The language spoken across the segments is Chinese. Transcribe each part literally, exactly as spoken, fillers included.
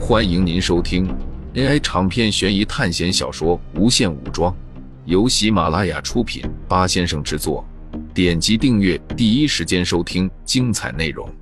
欢迎您收听 A I 长篇悬疑探险小说《无限武装》，由喜马拉雅出品，八先生制作。点击订阅，第一时间收听精彩内容。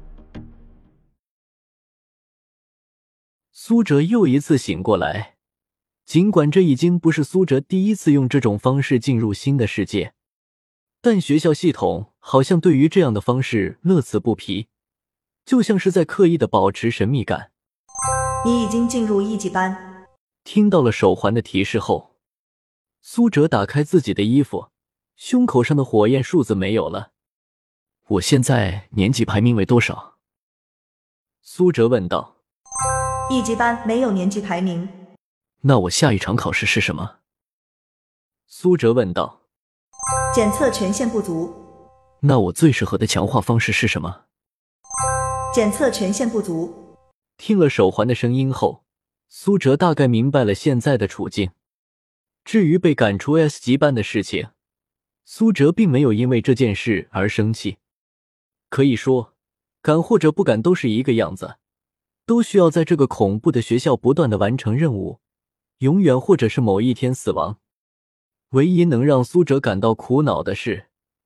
苏哲又一次醒过来，尽管这已经不是苏哲第一次用这种方式进入新的世界，但学校系统好像对于这样的方式乐此不疲，就像是在刻意的保持神秘感。 你已经进入一级班。 听到了手环的提示后，苏哲打开自己的衣服，胸口上的火焰数字没有了。我现在年级排名为多少？苏哲问道。 一级班没有年级排名。 那我下一场考试是什么？苏哲问道。 检测权限不足。 那我最适合的强化方式是什么？ 检测权限不足。 听了手环的声音后，苏哲大概明白了现在的处境。至于被赶出 S 级班的事情，苏哲并没有因为这件事而生气。可以说，赶或者不赶都是一个样子，都需要在这个恐怖的学校不断地完成任务，永远或者是某一天死亡。唯一能让苏哲感到苦恼的是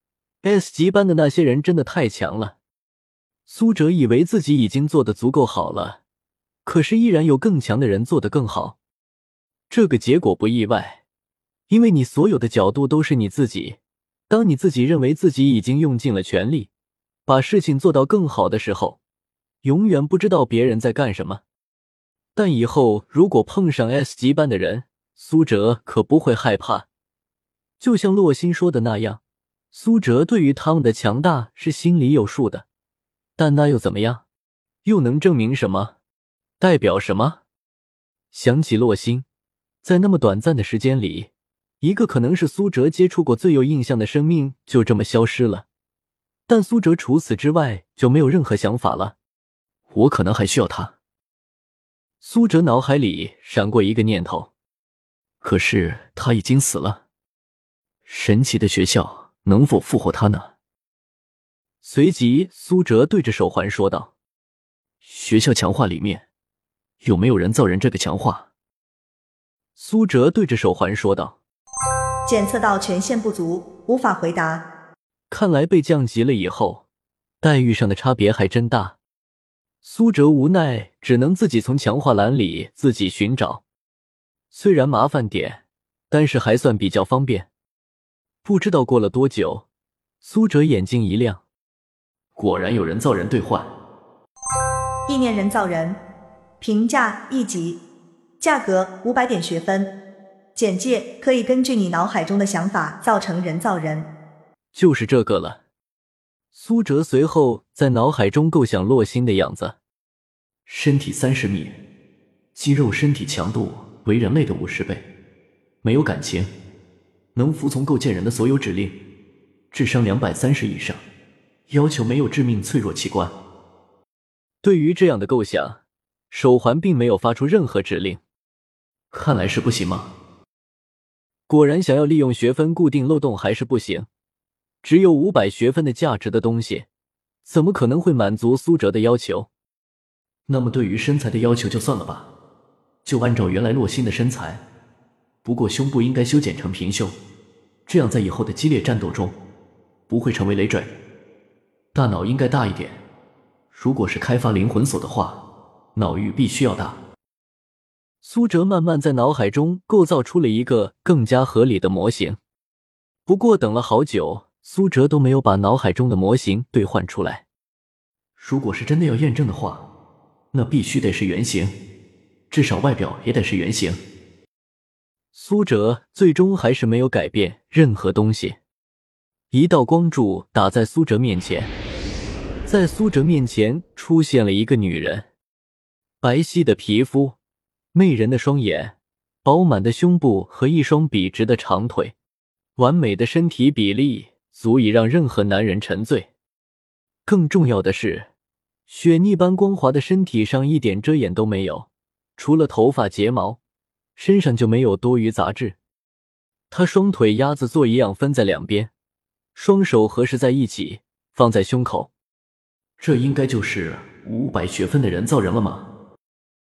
S 级班的那些人真的太强了。苏哲以为自己已经做得足够好了，可是依然有更强的人做得更好。这个结果不意外，因为你所有的角度都是你自己，当你自己认为自己已经用尽了全力，把事情做到更好的时候，永远不知道别人在干什么。但以后如果碰上 S 级班的人，苏哲可不会害怕。就像洛心说的那样，苏哲对于他们的强大是心里有数的，但那又怎么样？又能证明什么？代表什么？想起洛心，在那么短暂的时间里，一个可能是苏哲接触过最有印象的生命就这么消失了。但苏哲除此之外就没有任何想法了。我可能还需要他。苏哲脑海里闪过一个念头，可是他已经死了。神奇的学校能否复活他呢？随即苏哲对着手环说道，学校强化里面有没有人造人这个强化？苏哲对着手环说道。 检测到权限不足，无法回答。 看来被降级了以后，待遇上的差别还真大。苏哲无奈只能自己从强化栏里自己寻找，虽然麻烦点，但是还算比较方便。不知道过了多久，苏哲眼睛一亮，果然有人造人兑换。 意念人造人，评价一级，价格五百点学分，简介可以根据你脑海中的想法造成人造人。 就是这个了。苏哲随后在脑海中构想洛心的样子，身体三十米，肌肉身体强度为人类的五十倍，没有感情，能服从构建人的所有指令，智商两百三十以上，要求没有致命脆弱器官。对于这样的构想，手环并没有发出任何指令。看来是不行吗？果然想要利用学分固定漏洞还是不行，只有五百学分的价值的东西，怎么可能会满足苏哲的要求？那么对于身材的要求就算了吧，就按照原来洛心的身材，不过胸部应该修剪成平胸，这样在以后的激烈战斗中不会成为累赘。大脑应该大一点，如果是开发灵魂锁的话，脑域必须要大。苏哲慢慢在脑海中构造出了一个更加合理的模型。不过等了好久，苏哲都没有把脑海中的模型兑换出来。如果是真的要验证的话，那必须得是原型，至少外表也得是原型。苏哲最终还是没有改变任何东西。一道光柱打在苏哲面前，在苏哲面前出现了一个女人，白皙的皮肤，媚人的双眼，饱满的胸部和一双笔直的长腿，完美的身体比例足以让任何男人沉醉。更重要的是，雪腻般光滑的身体上一点遮掩都没有，除了头发睫毛，身上就没有多余杂质。她双腿鸭子座一样分在两边，双手合十在一起，放在胸口。这应该就是五百学分的人造人了吗？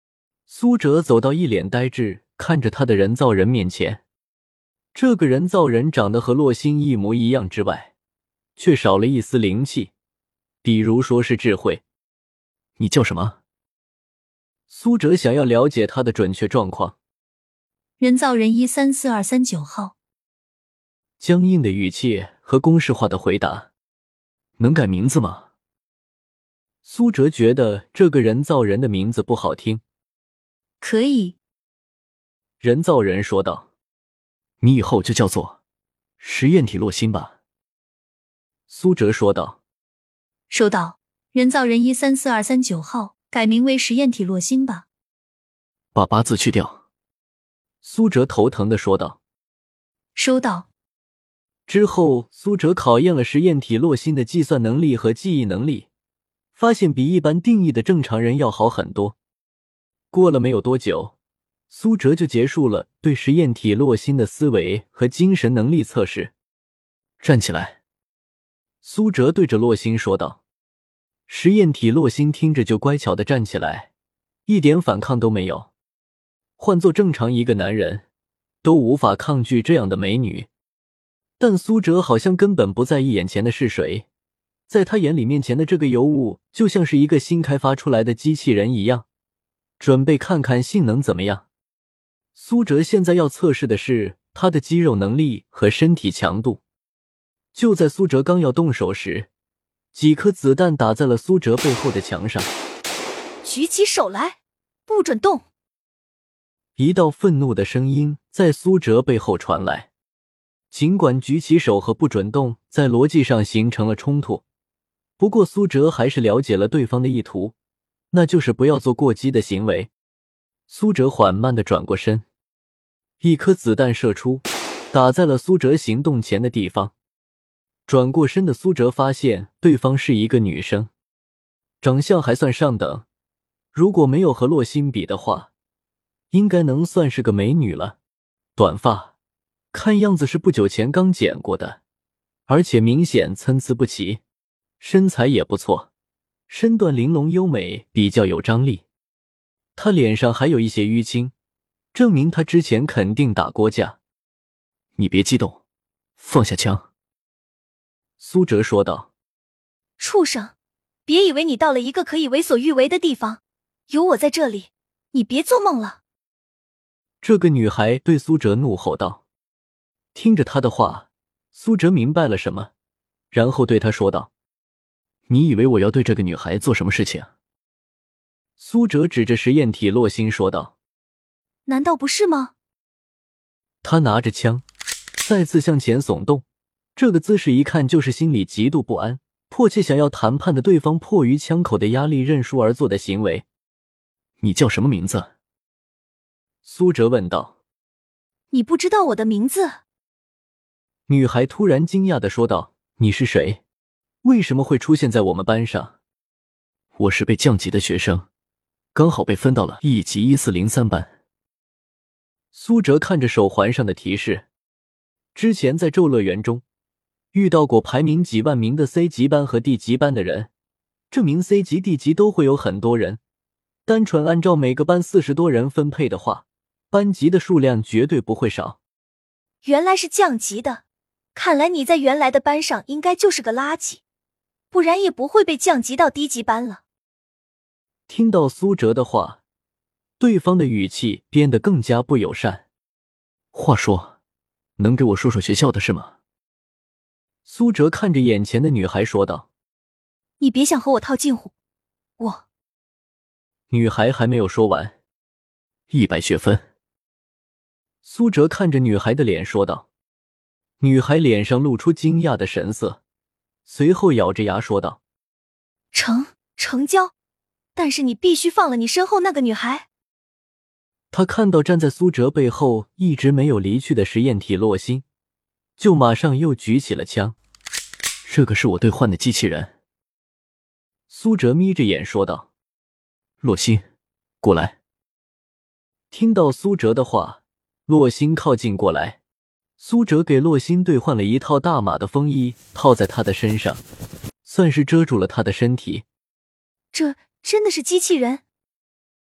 苏哲走到一脸呆滞看着他的人造人面前，这个人造人长得和洛星一模一样之外，却少了一丝灵气，比如说是智慧。你叫什么？苏哲想要了解他的准确状况。 人造人一三四二三九号。 僵硬的语气和公式化的回答。能改名字吗？苏哲觉得这个人造人的名字不好听。 可以。 人造人说道。你以后就叫做实验体洛星吧。苏哲说道。 收到，人造人一三四二三九号，改名为实验体洛星吧。 把八字去掉。苏哲头疼地说道。 收到。 之后，苏哲考验了实验体洛星的计算能力和记忆能力，发现比一般定义的正常人要好很多。过了没有多久，苏哲就结束了对实验体洛星的思维和精神能力测试。站起来。苏哲对着洛星说道。实验体洛星听着就乖巧地站起来，一点反抗都没有。换做正常一个男人，都无法抗拒这样的美女。但苏哲好像根本不在意眼前的是谁，在他眼里面前的这个尤物就像是一个新开发出来的机器人一样，准备看看性能怎么样。苏哲现在要测试的是他的肌肉能力和身体强度。就在苏哲刚要动手时，几颗子弹打在了苏哲背后的墙上。 举起手来，不准动！ 一道愤怒的声音在苏哲背后传来。尽管举起手和不准动在逻辑上形成了冲突，不过苏哲还是了解了对方的意图，那就是不要做过激的行为。苏哲缓慢地转过身，一颗子弹射出，打在了苏哲行动前的地方。转过身的苏哲发现对方是一个女生，长相还算上等，如果没有和洛星比的话，应该能算是个美女了。短发，看样子是不久前刚剪过的，而且明显参差不齐。身材也不错，身段玲珑优美，比较有张力。她脸上还有一些淤青，证明她之前肯定打过架。你别激动，放下枪。苏哲说道。 畜生，别以为你到了一个可以为所欲为的地方，有我在这里，你别做梦了。 这个女孩对苏哲怒吼道。听着她的话，苏哲明白了什么，然后对她说道。你以为我要对这个女孩做什么事情？苏哲指着实验体洛星说道。 难道不是吗？ 他拿着枪，再次向前耸动，这个姿势一看就是心里极度不安，迫切想要谈判的对方迫于枪口的压力认输而做的行为。你叫什么名字？苏哲问道。 你不知道我的名字？ 女孩突然惊讶地说道。你是谁？为什么会出现在我们班上？我是被降级的学生，刚好被分到了一级一四零三班。苏哲看着手环上的提示，之前在咒乐园中遇到过排名几万名的 C 级班和 D 级班的人，证明 C 级 D 级都会有很多人，单纯按照每个班四十多人分配的话，班级的数量绝对不会少。 原来是降级的，看来你在原来的班上应该就是个垃圾，不然也不会被降级到低级班了。 听到苏哲的话，对方的语气变得更加不友善。话说，能给我说说学校的事吗？苏哲看着眼前的女孩说道。 你别想和我套近乎，我…… 女孩还没有说完。一百学分。苏哲看着女孩的脸说道。女孩脸上露出惊讶的神色，随后咬着牙说道。 成，成交，但是你必须放了你身后那个女孩。 他看到站在苏哲背后一直没有离去的实验体洛星，就马上又举起了枪。这个是我兑换的机器人。苏哲眯着眼说道。洛星，过来。听到苏哲的话，洛星靠近过来。苏哲给洛星兑换了一套大码的风衣，套在他的身上，算是遮住了他的身体。 这真的是机器人？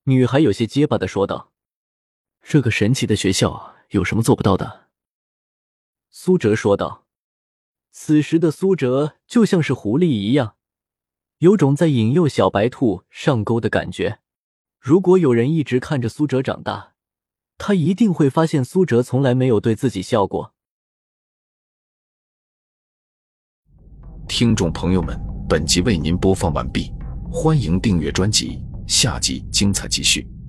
女孩有些结巴地说道：“这个神奇的学校有什么做不到的？”苏哲说道。此时的苏哲就像是狐狸一样，有种在引诱小白兔上钩的感觉。如果有人一直看着苏哲长大，他一定会发现苏哲从来没有对自己笑过。 听众朋友们，本集为您播放完毕，欢迎订阅专辑，下集精彩继续。